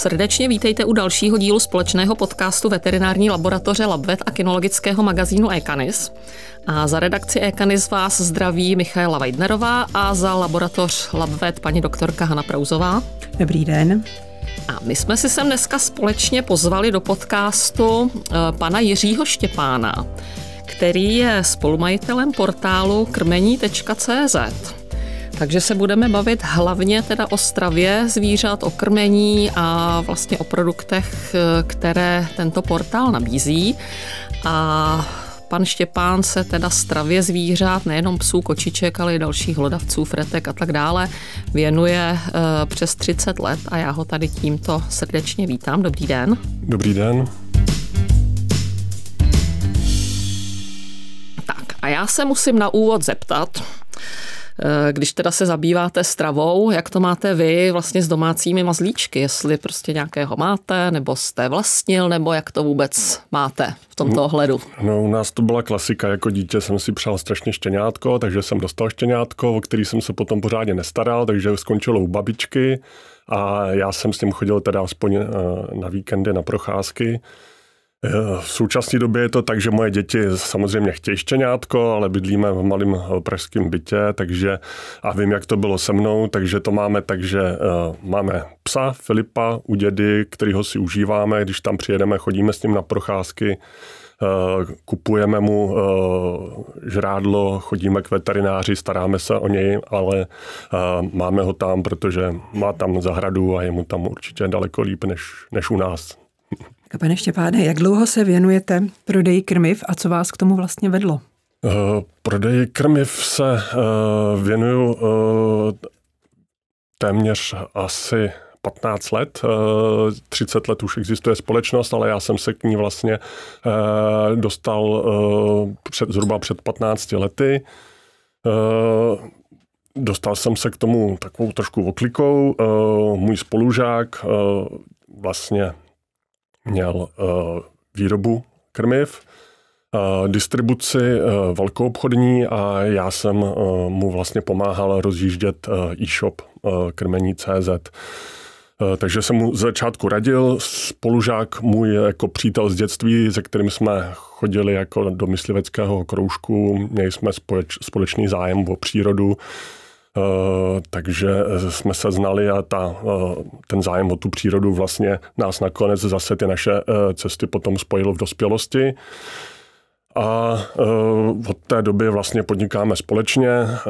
Srdečně vítejte u dalšího dílu společného podcastu veterinární laboratoře LabVet a kynologického magazínu eCanis. A za redakci eCanis vás zdraví Michaela Weidnerová a za laboratoř LabVet paní doktorka Hana Prauzová. Dobrý den. A my jsme si sem dneska společně pozvali do podcastu pana Jiřího Štěpána, který je spolumajitelem portálu krmení.cz. Takže se budeme bavit hlavně teda o stravě zvířat, o krmení a vlastně o produktech, které tento portál nabízí. A pan Štěpán se teda stravě zvířat, nejenom psů, kočiček, ale i dalších hlodavců, fretek a tak dále, věnuje přes 30 let a já ho tady tímto srdečně vítám. Dobrý den. Dobrý den. Tak a já se musím na úvod zeptat, když teda se zabýváte stravou, jak to máte vy vlastně s domácími mazlíčky, jestli prostě nějakého máte, nebo jste vlastnil, nebo jak to vůbec máte v tomto ohledu? No, u nás to byla klasika, jako dítě jsem si přál strašně štěňátko, takže jsem dostal štěňátko, o který jsem se potom pořádně nestaral, takže skončilo u babičky a já jsem s ním chodil teda aspoň na víkendy, na procházky. V současné době je to tak, že moje děti samozřejmě chtějí štěňátko, ale bydlíme v malém pražském bytě, takže a vím, jak to bylo se mnou, takže to máme tak, že máme psa Filipa u dědy, kterýho si užíváme, když tam přijedeme, chodíme s ním na procházky, kupujeme mu žrádlo, chodíme k veterináři, staráme se o něj, ale máme ho tam, protože má tam zahradu a je mu tam určitě daleko líp než u nás. Pane Štěpáne, jak dlouho se věnujete prodeji krmiv a co vás k tomu vlastně vedlo? Prodeji krmiv se věnuju téměř asi 15 let. 30 let už existuje společnost, ale já jsem se k ní vlastně dostal zhruba před 15 lety. Dostal jsem se k tomu takovou trošku oklikou. Můj spolužák vlastně měl výrobu krmiv, distribuci velkoobchodní a já jsem mu vlastně pomáhal rozjíždět e-shop krmení.cz. Takže jsem mu z začátku radil, spolužák můj jako přítel z dětství, se kterým jsme chodili jako do mysliveckého kroužku, měli jsme společný zájem o přírodu, takže jsme se znali a ten zájem o tu přírodu vlastně nás nakonec zase ty naše cesty potom spojilo v dospělosti. A od té doby vlastně podnikáme společně.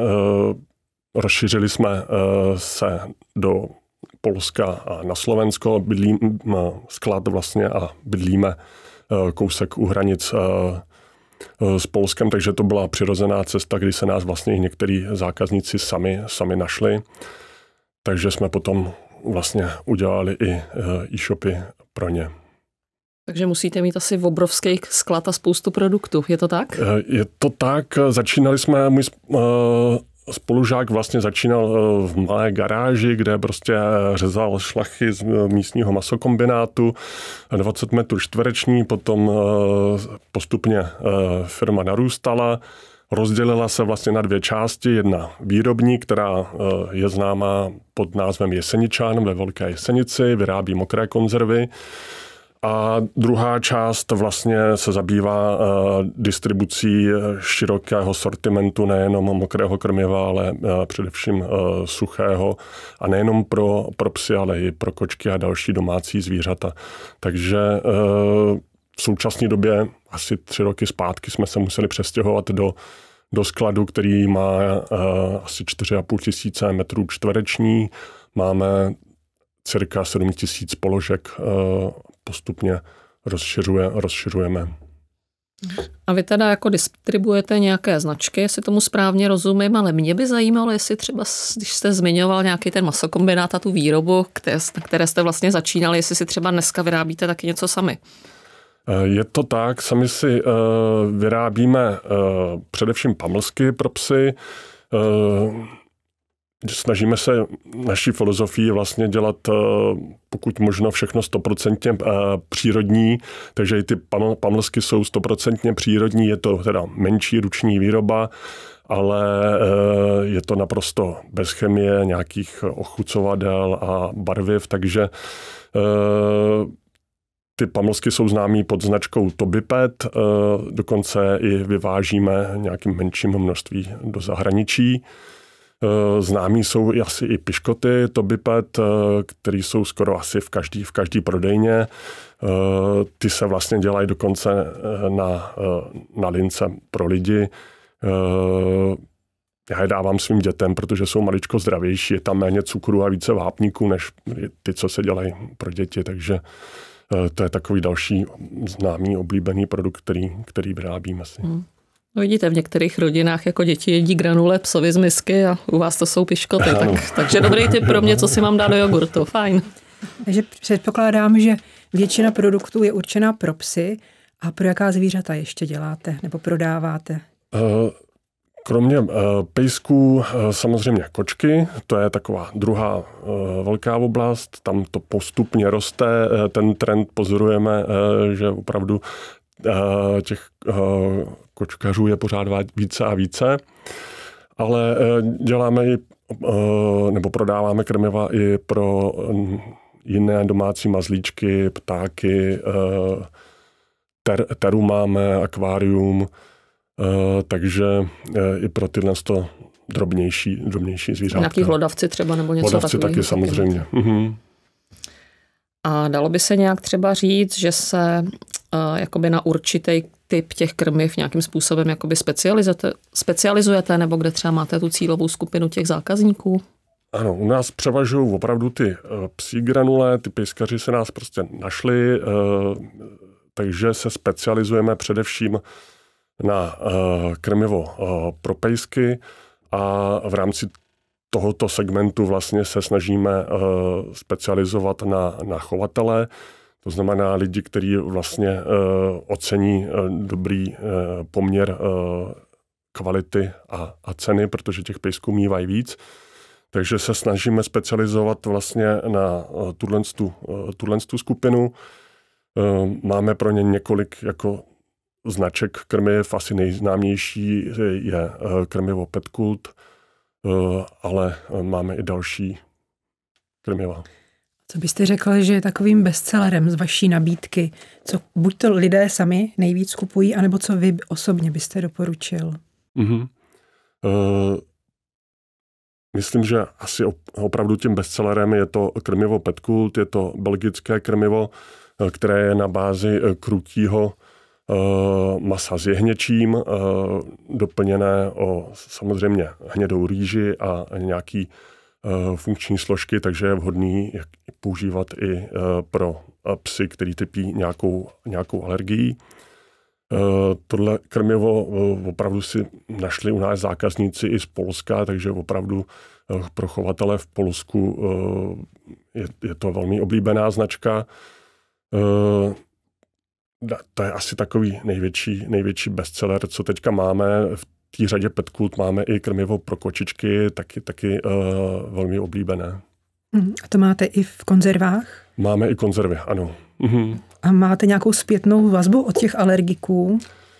Rozšířili jsme se do Polska a na Slovensko, bydlíme sklad vlastně a bydlíme kousek u hranic s Polskem, takže to byla přirozená cesta, kdy se nás vlastně některý zákazníci sami našli. Takže jsme potom vlastně udělali i e-shopy pro ně. Takže musíte mít asi obrovský sklad a spoustu produktů, je to tak? Je to tak, začínali jsme, můj spolužák vlastně začínal v malé garáži, kde prostě řezal šlachy z místního masokombinátu, 20 metrů čtvereční, potom postupně firma narůstala, rozdělila se vlastně na dvě části, jedna výrobní, která je známá pod názvem Jeseničan ve Velké Jesenici, vyrábí mokré konzervy, a druhá část vlastně se zabývá distribucí širokého sortimentu, nejenom mokrého krmiva, ale především suchého a nejenom pro psy, ale i pro kočky a další domácí zvířata. Takže v současné době, asi 3 roky zpátky, jsme se museli přestěhovat do skladu, který má asi 4,5 tisíce metrů čtvereční. Máme cirka 7 tisíc položek, postupně rozšiřujeme. A vy teda jako distribuujete nějaké značky, jestli tomu správně rozumím, ale mě by zajímalo, jestli třeba, když jste zmiňoval nějaký ten masokombinát a tu výrobu, které jste vlastně začínali, jestli si třeba dneska vyrábíte taky něco sami. Je to tak, sami si vyrábíme především pamlsky pro psy. snažíme se naší filozofii vlastně dělat pokud možno všechno 100% přírodní, takže i ty pamlsky jsou 100% přírodní, je to teda menší ruční výroba, ale je to naprosto bez chemie, nějakých ochucovadel a barviv, takže ty pamlsky jsou známý pod značkou Tobipet, dokonce i vyvážíme nějakým menším množství do zahraničí. Známí jsou asi i piškoty Tobipet, které jsou skoro asi v každý prodejně. Ty se vlastně dělají dokonce na lince pro lidi. Já je dávám svým dětem, protože jsou maličko zdravější. Je tam méně cukru a více vápníků, než ty, co se dělají pro děti. Takže to je takový další známý, oblíbený produkt, který vyrábíme si. No vidíte, v některých rodinách jako děti jedí granule psovi z misky a u vás to jsou piškoty. Takže dobrý tip pro mě, co si mám dát do jogurtu. Fajn. Takže předpokládám, že většina produktů je určená pro psy. A pro jaká zvířata ještě děláte nebo prodáváte? Kromě pejsků samozřejmě kočky, to je taková druhá velká oblast, tam to postupně roste, ten trend pozorujeme, že opravdu těch kočkařů je pořád více a více, ale děláme i, nebo prodáváme krmiva i pro jiné domácí mazlíčky, ptáky, teru máme, akvárium, takže i pro tyhle drobnější zvířátka. Nějaký hlodavci třeba nebo něco takového. Hlodavci taky samozřejmě. A dalo by se nějak třeba říct, že se jakoby na určitý typ těch krmiv nějakým způsobem jakoby specializujete, nebo kde třeba máte tu cílovou skupinu těch zákazníků? Ano, u nás převažují opravdu ty psí granule, ty pejskaři se nás prostě našli, takže se specializujeme především na krmivo pro pejsky a v rámci tohoto segmentu vlastně se snažíme specializovat na chovatele, to znamená lidi, kteří vlastně ocení dobrý poměr kvality a ceny, protože těch pejsků mívají víc. Takže se snažíme specializovat vlastně na tuto skupinu. Máme pro ně několik jako značek krmiv, asi nejznámější je krmivo Petkult, ale máme i další krmiva. Co byste řekl, že je takovým bestsellerem z vaší nabídky? Co buď to lidé sami nejvíc kupují, anebo co vy osobně byste doporučil? Myslím, že asi opravdu tím bestsellerem je to krmivo Petkult, je to belgické krmivo, které je na bázi krutího masa s jehněčím, doplněné o samozřejmě hnědou rýži a nějaký funkční složky, takže je vhodný používat i pro psy, který trpí nějakou alergií. Tohle krmivo opravdu si našli u nás zákazníci i z Polska, takže opravdu pro chovatele v Polsku je to velmi oblíbená značka. To je asi takový největší bestseller, co teďka máme. V té řadě Petkult máme i krmivo pro kočičky, taky velmi oblíbené. A to máte i v konzervách? Máme i konzervy, ano. A máte nějakou zpětnou vazbu od těch alergiků?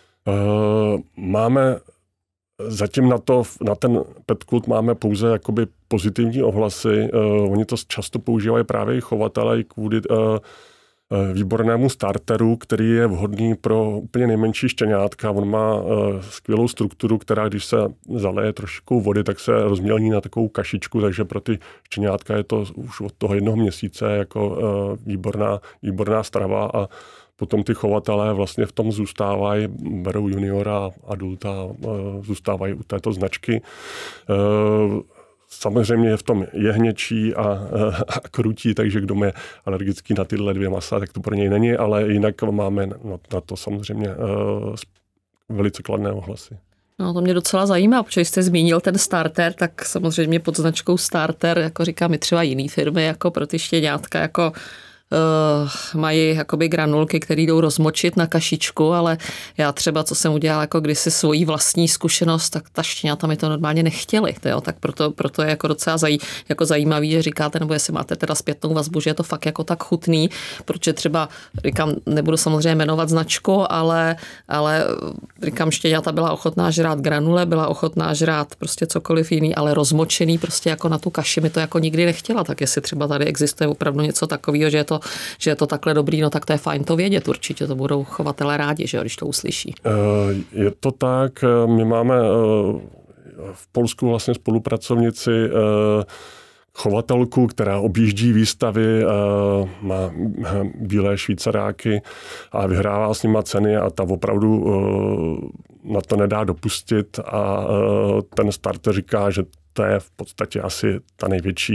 Máme zatím na ten Petkult máme pouze jakoby pozitivní ohlasy. Oni to často používají právě i chovatelé i kvůli výbornému starteru, který je vhodný pro úplně nejmenší štěňátka. On má skvělou strukturu, která když se zaleje trošku vody, tak se rozmělní na takovou kašičku, takže pro ty štěňátka je to už od toho 1 měsíce jako výborná strava a potom ty chovatelé vlastně v tom zůstávají, berou juniora, adulta, zůstávají u této značky. Samozřejmě je v tom jehněčí a krutí, takže kdo je alergický na tyhle 2 masa, tak to pro něj není, ale jinak máme na to samozřejmě velice kladné ohlasy. No, to mě docela zajímá, protože jste zmínil ten starter, tak samozřejmě pod značkou starter, jako říkám, i třeba jiný firmy, jako pro ty štěňátka, jako mají jakoby granulky, které jdou rozmočit na kašičku, ale já třeba, co jsem udělala jako kdysi svoji vlastní zkušenost, tak ta štěňata mi to normálně nechtěli. Tak proto je jako docela jako zajímavý, že říkáte, nebo jestli máte teda zpětnou vazbu, že je to fakt jako tak chutný, protože třeba, říkám, nebudu samozřejmě jmenovat značku, ale říkám, štěňata byla ochotná žrát granule, byla ochotná žrát prostě cokoliv jiný, ale rozmočený prostě jako na tu kaši mi to jako nikdy nechtěla. Tak jestli třeba tady existuje opravdu něco takového, že je to takhle dobrý, no tak to je fajn to vědět. Určitě to budou chovatelé rádi, že když to uslyší. Je to tak. My máme v Polsku vlastně spolupracovnici chovatelku, která objíždí výstavy, má bílé švýcaráky a vyhrává s nima ceny a ta opravdu na to nedá dopustit a ten starter říká, že to je v podstatě asi ta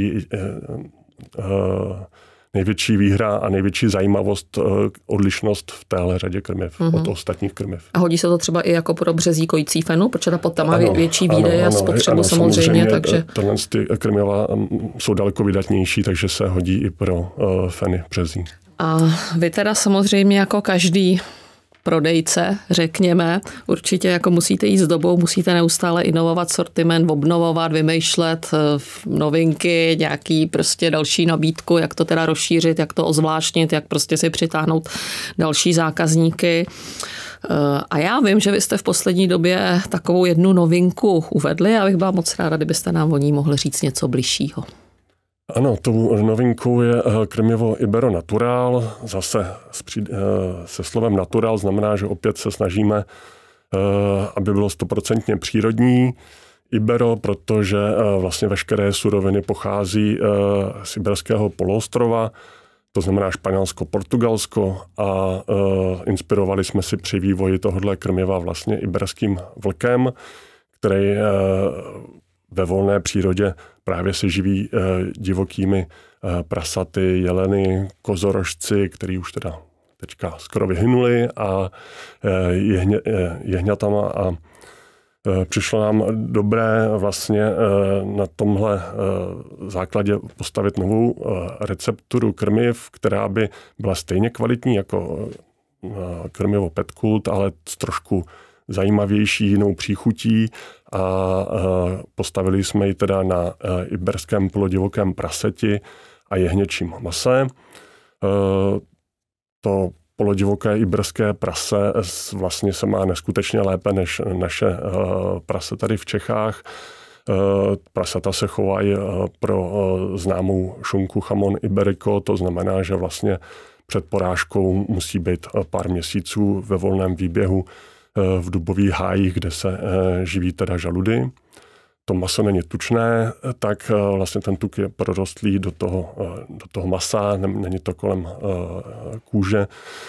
největší výhra a největší zajímavost, odlišnost v téhle řadě krmiv od ostatních krmiv. A hodí se to třeba i jako pro březí kojící fenu, protože ta potom má větší výdej a spotřebu samozřejmě, takže... Tohle ty krmiva jsou daleko vydatnější, takže se hodí i pro feny březí. A vy teda samozřejmě jako každý prodejce, řekněme, určitě jako musíte jít s dobou, musíte neustále inovovat sortiment, obnovovat, vymýšlet novinky, nějaký prostě další nabídku, jak to teda rozšířit, jak to ozvláštnit, jak prostě si přitáhnout další zákazníky. A já vím, že vy jste v poslední době takovou jednu novinku uvedli a bych byla moc ráda, kdybyste nám o ní mohli říct něco bližšího. Ano, tou novinkou je krmivo Ibero Natural. Zase se slovem natural znamená, že opět se snažíme, aby bylo 100% přírodní. Ibero, protože vlastně veškeré suroviny pochází z Iberského poloostrova, to znamená Španělsko, Portugalsko a inspirovali jsme si při vývoji tohohle krmiva vlastně iberským vlkem, který ve volné přírodě právě se živí divokými prasaty, jeleny, kozorožci, který už teda teďka skoro vyhynuli a jehňatama a přišlo nám dobré vlastně na tomhle základě postavit novou recepturu krmiv, která by byla stejně kvalitní jako krmivo Petkult, ale s trošku zajímavější jinou příchutí a postavili jsme ji teda na iberském polodivokém praseti a jehněčím mase. To polodivoké iberské prase vlastně se má neskutečně lépe než naše prase tady v Čechách. Prasata se chovají pro známou šunku chamon iberico, to znamená, že vlastně před porážkou musí být pár měsíců ve volném výběhu v dubových hájích, kde se živí teda žaludy. To maso není tučné, tak vlastně ten tuk je prorostlý do toho masa, není to kolem kůže.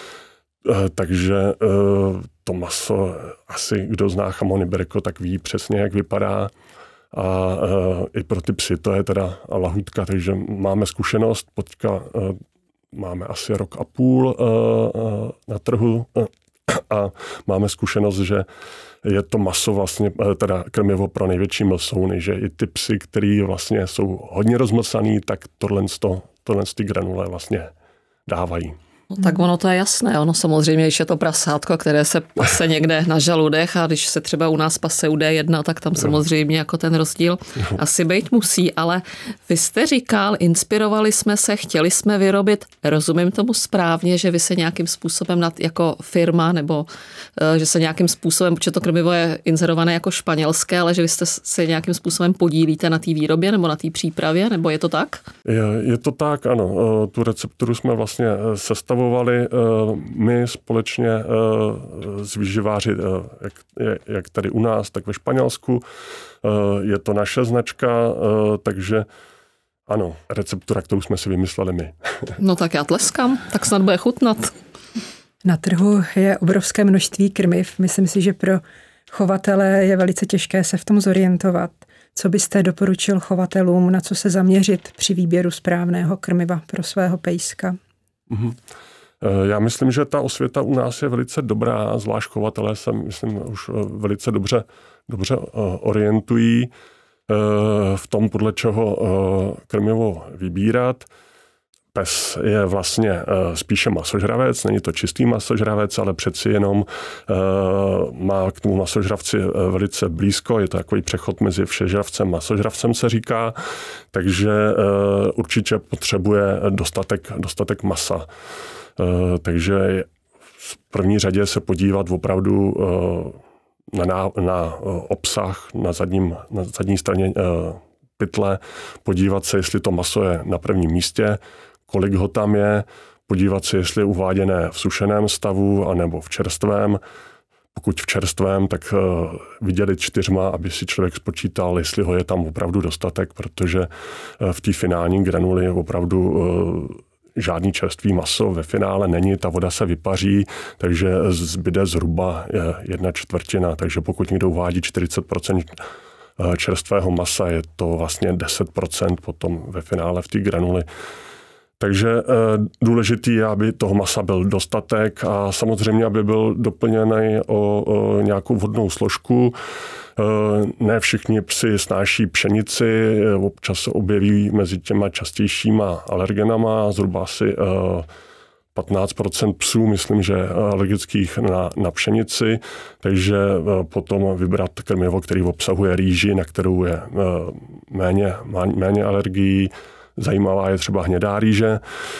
Takže to maso, asi kdo zná chamon iberico, tak ví přesně, jak vypadá. A i pro ty psy to je teda lahůdka, takže máme zkušenost, teďka máme asi rok a půl na trhu a máme zkušenost, že je to maso vlastně teda krmivo pro největší mlsouny, že i ty psy, který vlastně jsou hodně rozmlsaný, tak tohle ty granule vlastně dávají. No, tak ono to je jasné. Ono samozřejmě, když je to prasátko, které se pase někde na žaludech a když se třeba u nás pase u D1, tak tam samozřejmě jako ten rozdíl asi být musí. Ale vy jste říkal, inspirovali jsme se, chtěli jsme vyrobit, rozumím tomu správně, že vy se nějakým způsobem jako firma nebo že se nějakým způsobem, protože to krmivo je inzerované jako španělské, ale že vy jste se nějakým způsobem podílíte na té výrobě nebo na té přípravě, nebo je to tak? Je to tak, ano. Tu recepturu jsme vlastně sestavovali my společně s výživáři, jak tady u nás, tak ve Španělsku. Je to naše značka, takže ano, receptura, kterou jsme si vymysleli my. No tak já tleskám, tak snad bude chutnat. Na trhu je obrovské množství krmiv. Myslím si, že pro chovatele je velice těžké se v tom zorientovat. Co byste doporučil chovatelům, na co se zaměřit při výběru správného krmiva pro svého pejska? Já myslím, že ta osvěta u nás je velice dobrá, zvlášť chovatelé se, myslím, už velice dobře orientují v tom, podle čeho krmivo vybírat. pes je vlastně spíše masožravec, není to čistý masožravec, ale přeci jenom má k tomu masožravci velice blízko, je to takový přechod mezi všežravcem a masožravcem se říká, takže určitě potřebuje dostatek masa. Takže v první řadě se podívat opravdu na obsah na zadní straně pytle, podívat se, jestli to maso je na prvním místě, kolik ho tam je, podívat se, jestli je uváděné v sušeném stavu anebo v čerstvém. Pokud v čerstvém, tak vydělit 4, aby si člověk spočítal, jestli ho je tam opravdu dostatek, protože v té finální granuli opravdu žádný čerstvý maso ve finále není, ta voda se vypaří, takže zbyde zhruba 1/4, takže pokud někdo uvádí 40% čerstvého masa, je to vlastně 10% potom ve finále v té granuli. Takže důležitý je, aby toho masa byl dostatek a samozřejmě, aby byl doplněný o nějakou vodnou složku. Ne všichni psi snáší pšenici, občas se objeví mezi těma častějšíma alergenama, zhruba asi 15% psů, myslím, že alergických na pšenici, takže potom vybrat krmivo, který obsahuje rýži, na kterou je méně alergií. Zajímavá je třeba hnědá rýže.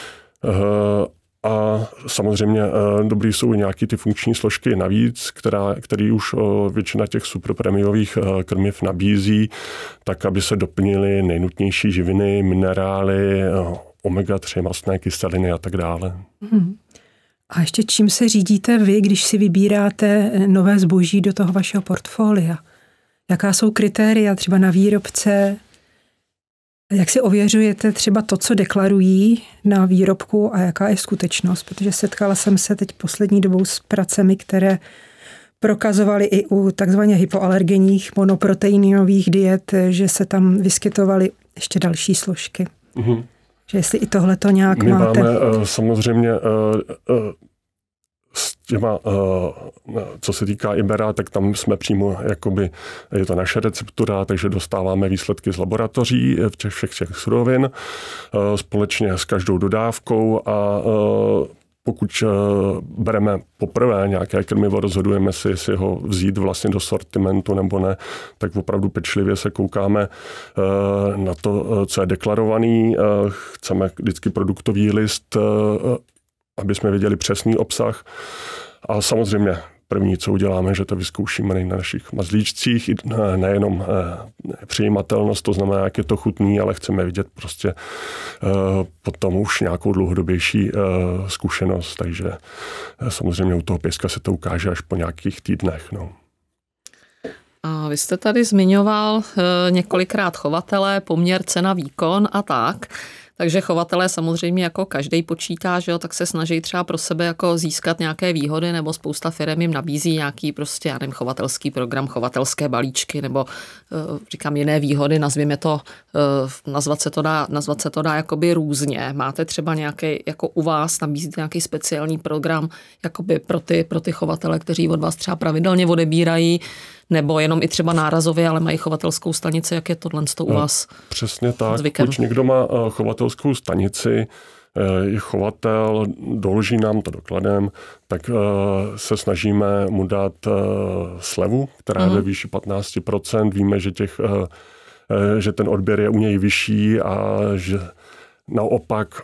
A samozřejmě dobrý jsou i nějaké ty funkční složky navíc, který už většina těch superpremiových krmiv nabízí, tak aby se doplnily nejnutnější živiny, minerály, omega-3, mastné kyseliny a tak dále. A ještě čím se řídíte vy, když si vybíráte nové zboží do toho vašeho portfolia? Jaká jsou kritéria třeba na výrobce? Jak si ověřujete třeba to, co deklarují na výrobku a jaká je skutečnost? Protože setkala jsem se teď poslední dobou s pracemi, které prokazovaly i u takzvaně hypoalergenních monoproteinových diet, že se tam vyskytovaly ještě další složky. Mm-hmm. Že jestli i tohle to nějak máte. My máme samozřejmě s těma, co se týká Ibera, tak tam jsme přímo, jakoby, je to naše receptura, takže dostáváme výsledky z laboratoří všech těch surovin společně s každou dodávkou a pokud bereme poprvé nějaké krmivo, rozhodujeme si, jestli ho vzít vlastně do sortimentu nebo ne, tak opravdu pečlivě se koukáme na to, co je deklarovaný. Chceme vždycky produktový list, aby jsme věděli přesný obsah. A samozřejmě první, co uděláme, že to vyzkoušíme na našich mazlíčcích, nejenom přijímatelnost, to znamená, jak je to chutný, ale chceme vidět prostě potom už nějakou dlouhodobější zkušenost, takže samozřejmě u toho pejska se to ukáže až po nějakých týdnech. No. A vy jste tady zmiňoval několikrát chovatele, poměr cena-výkon a tak. Takže chovatelé samozřejmě jako každý počítá, že jo, tak se snaží třeba pro sebe jako získat nějaké výhody, nebo spousta firem jim nabízí nějaký prostě, já nevím, chovatelský program, chovatelské balíčky, nebo říkám jiné výhody, nazvěme to, nazvat se to dá jakoby různě. Máte třeba nějaký, jako u vás nabízíte nějaký speciální program jakoby pro ty chovatele, kteří od vás třeba pravidelně odebírají, nebo jenom i třeba nárazově, ale mají chovatelskou stanici, jak je tohle u vás? Přesně tak, pokud někdo má chovatelskou stanici, je chovatel, doloží nám to dokladem, tak se snažíme mu dát slevu, která je ve výši 15%. Víme, že ten odběr je u něj vyšší a že naopak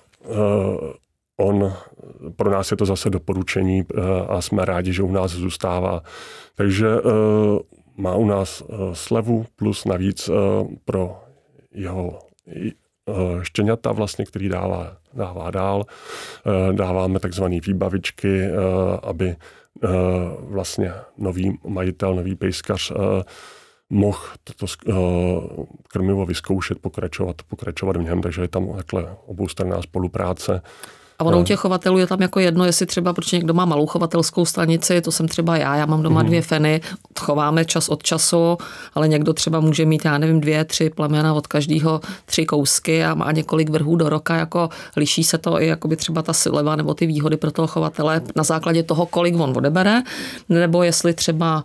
pro nás je to zase doporučení a jsme rádi, že u nás zůstává. Takže má u nás slevu plus navíc pro jeho štěňata, vlastně, který dává dál. Dáváme takzvané výbavičky, aby vlastně nový majitel, nový pejskař mohl toto krmivo vyzkoušet, pokračovat v něm, takže je tam takhle oboustranná spolupráce. A ono u těch chovatelů je tam jako jedno, jestli třeba, protože někdo má malou chovatelskou stanici, to jsem třeba já mám doma 2 feny, chováme čas od času, ale někdo třeba může mít, já nevím, 2, 3 plemena od každého 3 kousky a má několik vrhů do roka, jako liší se to i jakoby třeba ta sleva nebo ty výhody pro toho chovatele na základě toho, kolik on odebere, nebo jestli třeba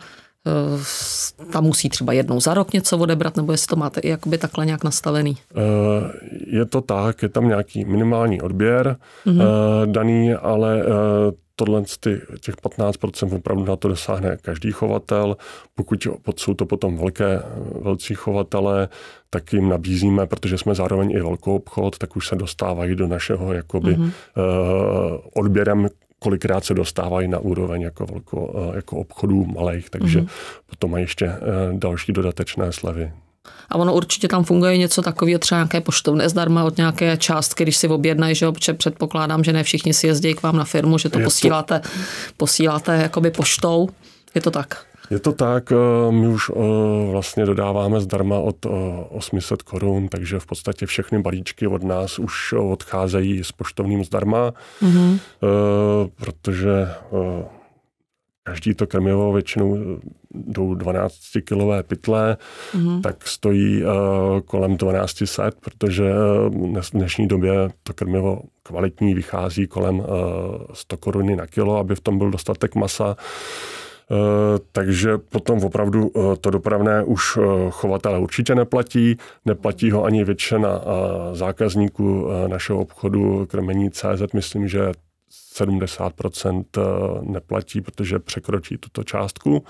tam musí třeba jednou za rok něco odebrat, nebo jestli to máte i jakoby takhle nějak nastavený? Je to tak, je tam nějaký minimální odběr daný, ale tohle těch 15% opravdu na to dosáhne každý chovatel. Pokud jsou to potom velcí chovatelé, tak jim nabízíme, protože jsme zároveň i velkou obchod, tak už se dostávají do našeho jakoby odběrem, kolikrát se dostávají na úroveň jako obchodů malých, takže potom mají ještě další dodatečné slevy. A ono určitě tam funguje něco takového, třeba nějaké poštovné zdarma od nějaké částky, když si objednají, že protože předpokládám, že ne všichni si jezdí k vám na firmu, že to posíláte jakoby poštou. Je to tak? Je to tak, my už vlastně dodáváme zdarma od 800 korun, takže v podstatě všechny balíčky od nás už odcházejí s poštovním zdarma, protože každý to krmivo většinou jdou 12-kilové pytle, tak stojí kolem 1200, protože v dnešní době to krmivo kvalitní vychází kolem 100 koruny na kilo, aby v tom byl dostatek masa. Takže potom opravdu to dopravné už chovatele určitě neplatí ho ani většina zákazníků našeho obchodu krmení CZ, myslím, že 70% neplatí, protože překročí tuto částku.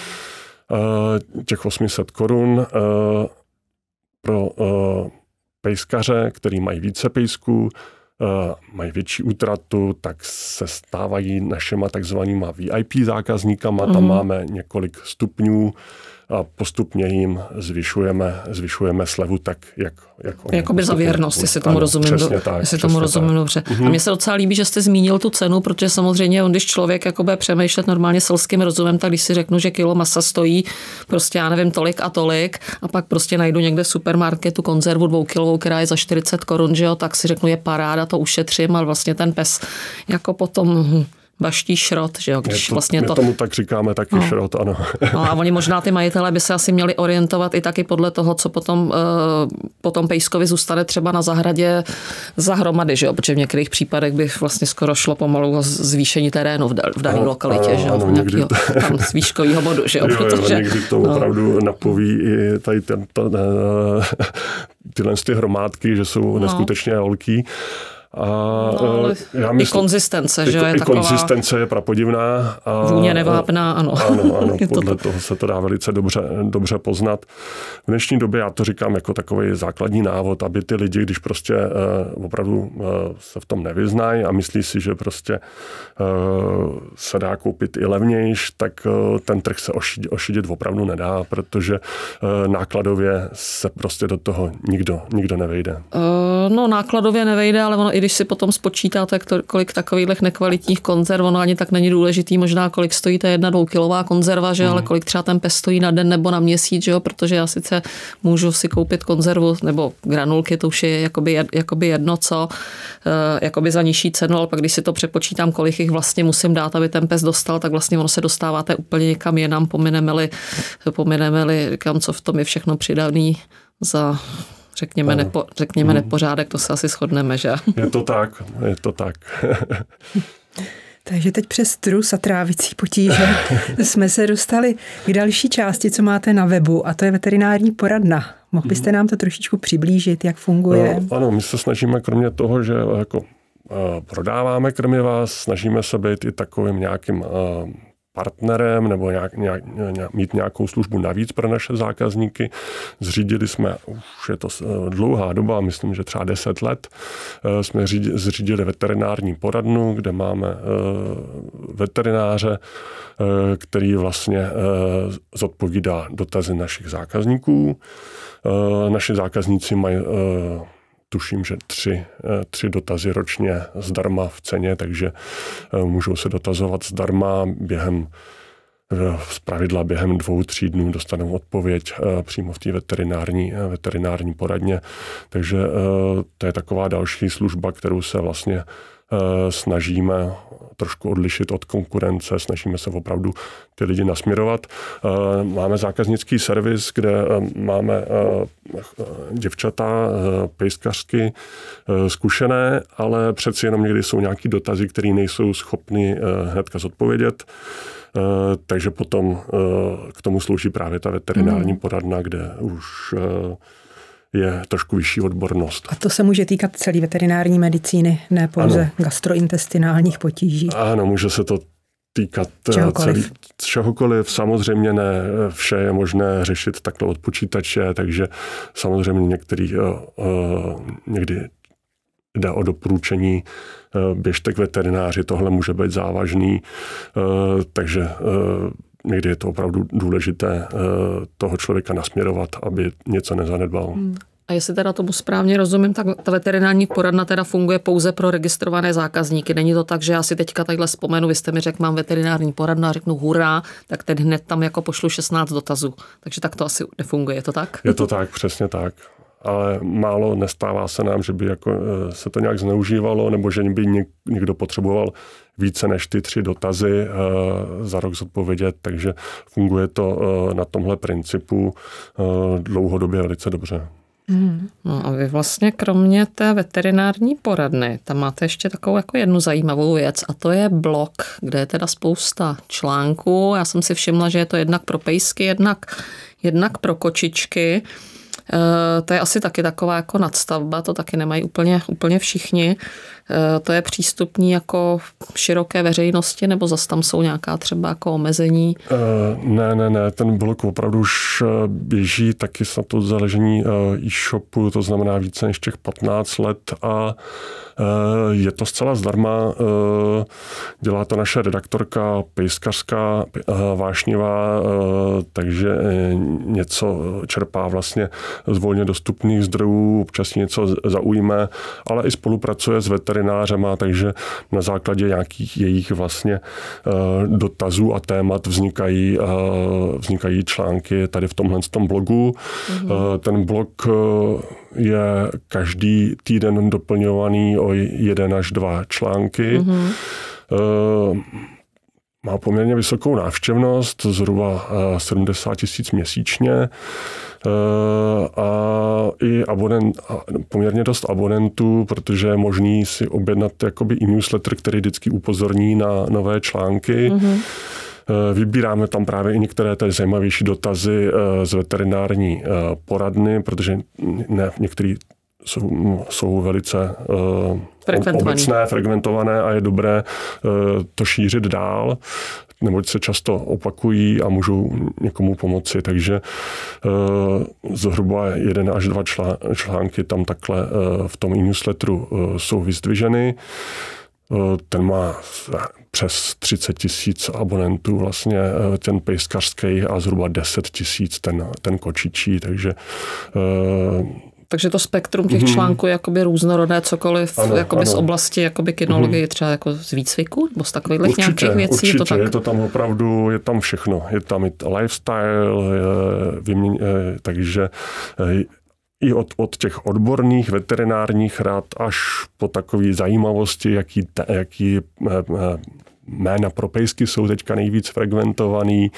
Těch 800 korun pro pejskaře, který mají více pejsků, mají větší útratu, tak se stávají našima takzvanýma VIP zákazníkama. Tam máme několik stupňů a postupně jim zvyšujeme slevu tak, jak oni. Jakoby za věrnost, jestli tomu rozumím, dobře. A mně se docela líbí, že jste zmínil tu cenu, protože samozřejmě když člověk jakoby přemýšlet normálně selským rozumem, tak když si řeknu, že kilo masa stojí prostě já nevím tolik a tolik a pak prostě najdu někde v supermarketu konzervu 2kilovou, která je za 40 korun, že jo, tak si řeknu je paráda, to ušetřím, ale vlastně ten pes jako potom baští šrot, že jo, když vlastně to... tomu tak říkáme taky šrot, ano. No a oni možná ty majitelé by se asi měli orientovat i taky podle toho, co potom pejskovi zůstane třeba na zahradě za hromady, že jo, protože v některých případech by vlastně skoro šlo pomalu o zvýšení terénu v dané lokalitě, že jo, nějakého tam zvýškovýho bodu, že jo, protože... někdy to opravdu napoví i tady tyhle ty hromádky, že jsou neskutečně velký. Já myslím, i konzistence, že je taková... I konzistence je prapodivná. Vůně nevápná, ano. Ano, podle toho se to dá velice dobře poznat. V dnešní době já to říkám jako takový základní návod, aby ty lidi, když prostě opravdu se v tom nevyznají a myslí si, že prostě se dá koupit i levnějš, tak ten trh se ošidit opravdu nedá, protože nákladově se prostě do toho nikdo nevejde. Nákladově nevejde, ale ono, i když si potom spočítáte, kolik takových nekvalitních konzerv, ono ani tak není důležitý, možná kolik stojí ta 1 2kilová konzerva, že ale kolik třeba ten pes stojí na den nebo na měsíc, že jo, protože já sice můžu si koupit konzervu nebo granulky, to už je jakoby jedno co, jakoby za nižší cenu, ale pak když si to přepočítám, kolik jich vlastně musím dát, aby ten pes dostal, tak vlastně ono se dostáváte úplně někam jinam, pomineme-li, říkám, co v tom je všechno přidaný za... Řekněme nepořádek, to se asi shodneme, že? Je to tak. Takže teď přes trus a trávicí potíže jsme se dostali k další části, co máte na webu, a to je veterinární poradna. Mohl byste nám to trošičku přiblížit, jak funguje? Ano, my se snažíme kromě toho, že jako prodáváme krmiva, snažíme se být i takovým nějakým partnerem nebo mít nějakou službu navíc pro naše zákazníky. Zřídili jsme, už je to dlouhá doba, myslím, že třeba 10 let, jsme zřídili veterinární poradnu, kde máme veterináře, který vlastně zodpovídá dotazy našich zákazníků. Naši zákazníci mají tuším, že 3 dotazy ročně zdarma v ceně, takže můžou se dotazovat zdarma zpravidla během 2-3 dnů dostanou odpověď přímo v té veterinární poradně. Takže to je taková další služba, kterou se vlastně snažíme trošku odlišit od konkurence, snažíme se opravdu ty lidi nasměrovat. Máme zákaznický servis, kde máme děvčata, pejskařky zkušené, ale přeci jenom někdy jsou nějaký dotazy, které nejsou schopni hnedka zodpovědět. Takže potom k tomu slouží právě ta veterinární poradna, kde už je trošku vyšší odbornost. A to se může týkat celé veterinární medicíny, ne pouze gastrointestinálních potíží. Ano, může se to týkat čehokoliv. Samozřejmě ne vše je možné řešit takhle od počítače, takže samozřejmě někdy jde o doporučení, běžte k veterináři, tohle může být závažný, takže někdy je to opravdu důležité toho člověka nasměrovat, aby něco nezanedbal. A jestli teda tomu správně rozumím, tak ta veterinární poradna teda funguje pouze pro registrované zákazníky. Není to tak, že já si teďka takhle vzpomenu, vy jste mi řekl, mám veterinární poradnu a řeknu hurá, tak teď hned tam jako pošlu 16 dotazů. Takže tak to asi nefunguje, je to tak? Je to tak, přesně tak. Ale málo nestává se nám, že by jako se to nějak zneužívalo, nebo že by někdo potřeboval více než ty 3 dotazy za rok zodpovědět, takže funguje to na tomhle principu dlouhodobě velice dobře. No a vy vlastně kromě té veterinární poradny, tam máte ještě takovou jako jednu zajímavou věc a to je blog, kde je teda spousta článků. Já jsem si všimla, že je to jednak pro pejsky, jednak pro kočičky. To je asi taky taková jako nadstavba, to taky nemají úplně všichni. To je přístupný jako široké veřejnosti, nebo zase tam jsou nějaká třeba jako omezení? Ne, ten blog opravdu už běží taky na to založení e-shopu, to znamená více než těch 15 let a je to zcela zdarma. Dělá to naše redaktorka pejskařská, vášnivá, takže něco čerpá vlastně z volně dostupných zdrojů, občas něco zaujme, ale i spolupracuje s veterinářema, takže na základě nějakých jejich vlastně dotazů a témat vznikají články tady v tomhle blogu. Ten blog je každý týden doplňovaný o 1 až 2 články. Má poměrně vysokou návštěvnost, zhruba 70 000 měsíčně a i poměrně dost abonentů, protože je možný si objednat jakoby i newsletter, který vždycky upozorní na nové články. Vybíráme tam právě i některé ty zajímavější dotazy z veterinární poradny, protože některé jsou velice obecné, fragmentované a je dobré to šířit dál, neboť se často opakují a můžou někomu pomoci. Takže zhruba 1 až 2 články tam takhle v tom newsletteru jsou vyzdviženy. Ten má přes 30 000 abonentů vlastně ten pejskařský a zhruba 10 000 ten kočičí, takže to spektrum těch článků je jakoby různorodé, cokoliv z oblasti jakoby kynologie, třeba jako z výcviku, nebo z takových nějakých věcí. Určitě, je to tak? Je to tam opravdu, je tam všechno. Je tam i lifestyle, takže i od těch odborných veterinárních rad až po takové zajímavosti, jaký jména pro pejsky jsou teďka nejvíc fragmentovaný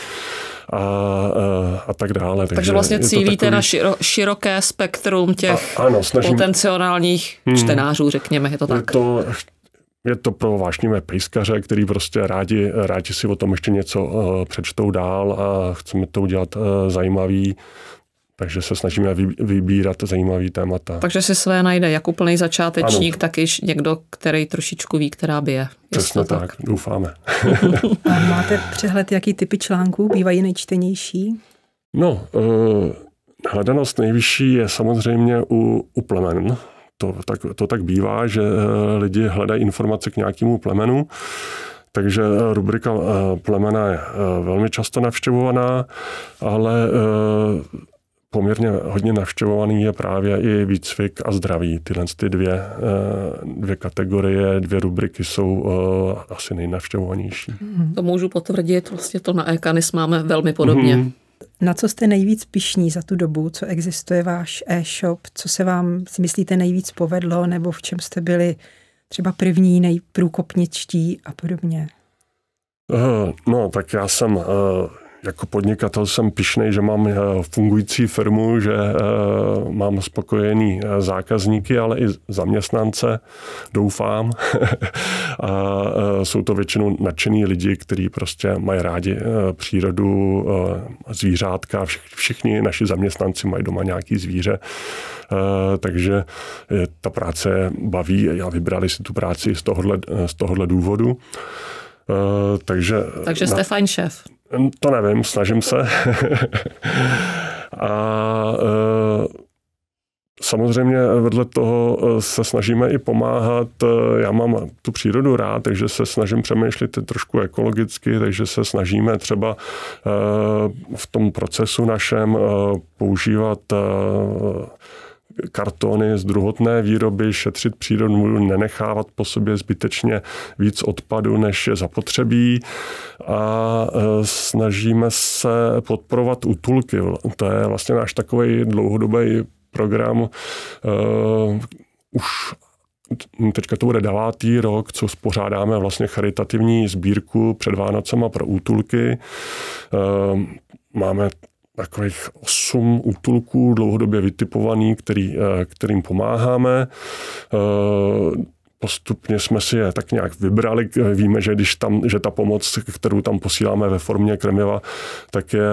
a tak dále. Takže vlastně cílíte na široké spektrum těch potenciálních čtenářů, řekněme, je to tak? Je to pro vášnivé pejskaře, který prostě rádi si o tom ještě něco přečtou dál a chceme to udělat zajímavý. Takže se snažíme vybírat zajímavý témata. Takže si své najde jak úplný začátečník, tak i někdo, který trošičku ví, která bije. Přesně tak, doufáme. A máte přehled, jaký typy článků bývají nejčtenější? No, hledanost nejvyšší je samozřejmě u plemen. To tak bývá, že lidi hledají informace k nějakému plemenu. Takže rubrika plemena je velmi často navštěvovaná, ale poměrně hodně navštěvovaný je právě i výcvik a zdraví. Tyhle ty dvě kategorie, 2 rubriky jsou asi nejnavštěvovanější. To můžu potvrdit, vlastně to na e-Canis máme velmi podobně. Na co jste nejvíc pyšní za tu dobu, co existuje váš e-shop? Co se vám, si myslíte, nejvíc povedlo, nebo v čem jste byli třeba první, nejprůkopničtí a podobně? No, tak já jsem jako podnikatel jsem pyšnej, že mám fungující firmu, že mám spokojený zákazníky, ale i zaměstnance, doufám. A jsou to většinou nadšený lidi, kteří prostě mají rádi přírodu, zvířátka. Všichni naši zaměstnanci mají doma nějaký zvíře. Takže ta práce baví a vybrali si tu práci z tohohle důvodu. Takže jste fajn šéf. To nevím, snažím se. A samozřejmě vedle toho se snažíme i pomáhat. Já mám tu přírodu rád, takže se snažím přemýšlet trošku ekologicky, takže se snažíme třeba v tom procesu našem používat kartony z druhotné výroby, šetřit přírodu, nenechávat po sobě zbytečně víc odpadu, než je zapotřebí a snažíme se podporovat útulky. To je vlastně náš takový dlouhodobý program. Už teďka to bude 9. rok, co spořádáme vlastně charitativní sbírku před Vánocema pro útulky. Máme takových 8 útulků dlouhodobě vytipovaný, kterým pomáháme. Postupně jsme si je tak nějak vybrali. Víme, že že ta pomoc, kterou tam posíláme ve formě krmiva, tak je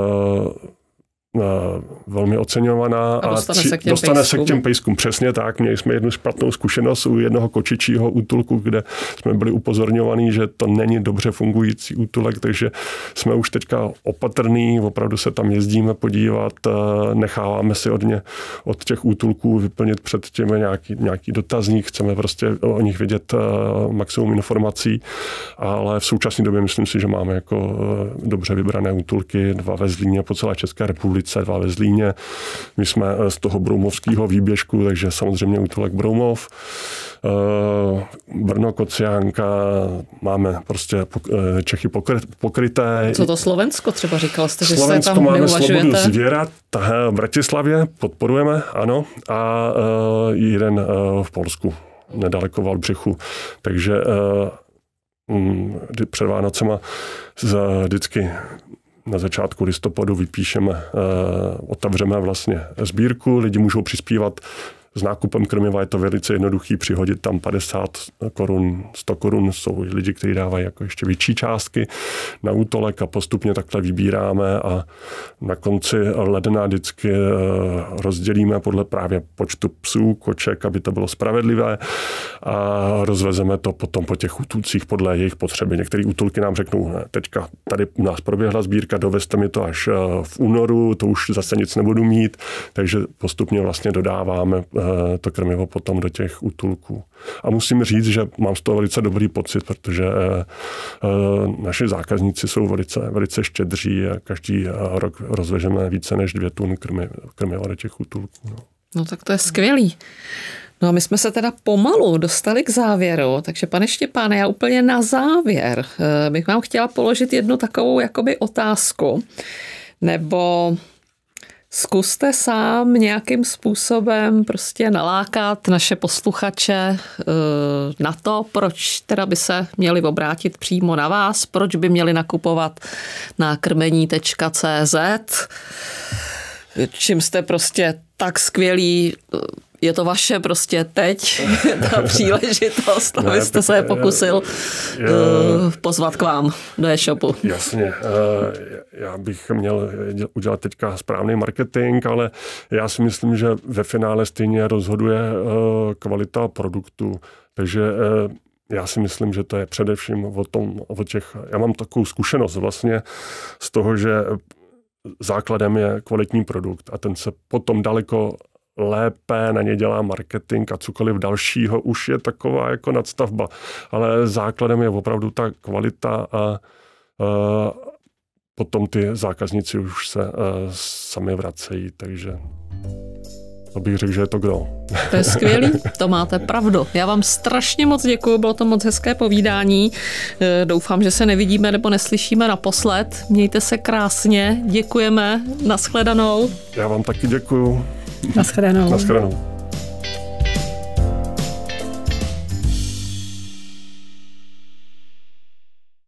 velmi oceňovaná a dostane se k těm pejskům. Přesně tak. Měli jsme jednu špatnou zkušenost u jednoho kočičího útulku, kde jsme byli upozorňovaní, že to není dobře fungující útulek, takže jsme už teďka opatrný, opravdu se tam jezdíme podívat, necháváme si od těch útulků vyplnit před těmi nějaký dotazník, chceme prostě o nich vědět maximum informací, ale v současné době myslím si, že máme jako dobře vybrané útulky, 2 ve Zlíně po celé České republice, 2 ve Zlíně. My jsme z toho broumovského výběžku, takže samozřejmě útulek Broumov. Brno, Kociánka, máme prostě Čechy pokryté. Co to Slovensko třeba říkal jste, že Slovensko se tam máme neuvažujete? Svobodu zvěrat, v Bratislavě podporujeme, ano, a jeden v Polsku, nedaleko Valdbřichu. Takže před Vánocema vždycky na začátku listopadu vypíšeme, otevřeme vlastně sbírku, lidi můžou přispívat s nákupem krmiva, je to velice jednoduchý, přihodit tam 50 korun, 100 korun, jsou lidi, kteří dávají jako ještě větší částky na útolek a postupně takhle vybíráme a na konci ledna vždycky rozdělíme podle právě počtu psů, koček, aby to bylo spravedlivé a rozvezeme to potom po těch útulcích podle jejich potřeby. Některé útulky nám řeknou, teďka tady u nás proběhla sbírka, dovezte mi to až v únoru, to už zase nic nebudu mít, takže postupně vlastně dodáváme to krmivo potom do těch útulků. A musím říct, že mám z toho velice dobrý pocit, protože naši zákazníci jsou velice štědří a každý rok rozvežeme více než 2 tuny krmiva do těch útulků. No tak to je skvělý. No a my jsme se teda pomalu dostali k závěru, takže pane Štěpáne, já úplně na závěr bych vám chtěla položit jednu takovou jakoby otázku, nebo zkuste sám nějakým způsobem prostě nalákat naše posluchače na to, proč teda by se měli obrátit přímo na vás, proč by měli nakupovat na krmení.cz, čím jste prostě tak skvělí, je to vaše prostě teď ta příležitost, abyste se pokusil pozvat k vám do e-shopu. Jasně, já bych měl udělat teďka správný marketing, ale já si myslím, že ve finále stejně rozhoduje kvalita produktu, takže já si myslím, že to je především o těch, já mám takovou zkušenost vlastně z toho, že základem je kvalitní produkt a ten se potom daleko lépe na ně dělá marketing a cokoliv dalšího už je taková jako nadstavba. Ale základem je opravdu ta kvalita a potom ty zákazníci už se sami vracejí, takže to bych řekl, že je to kdo. To je skvělý, to máte pravdu. Já vám strašně moc děkuju, bylo to moc hezké povídání. Doufám, že se nevidíme nebo neslyšíme naposled. Mějte se krásně, děkujeme, nashledanou. Já vám taky děkuju. Nashledanou. Nashledanou.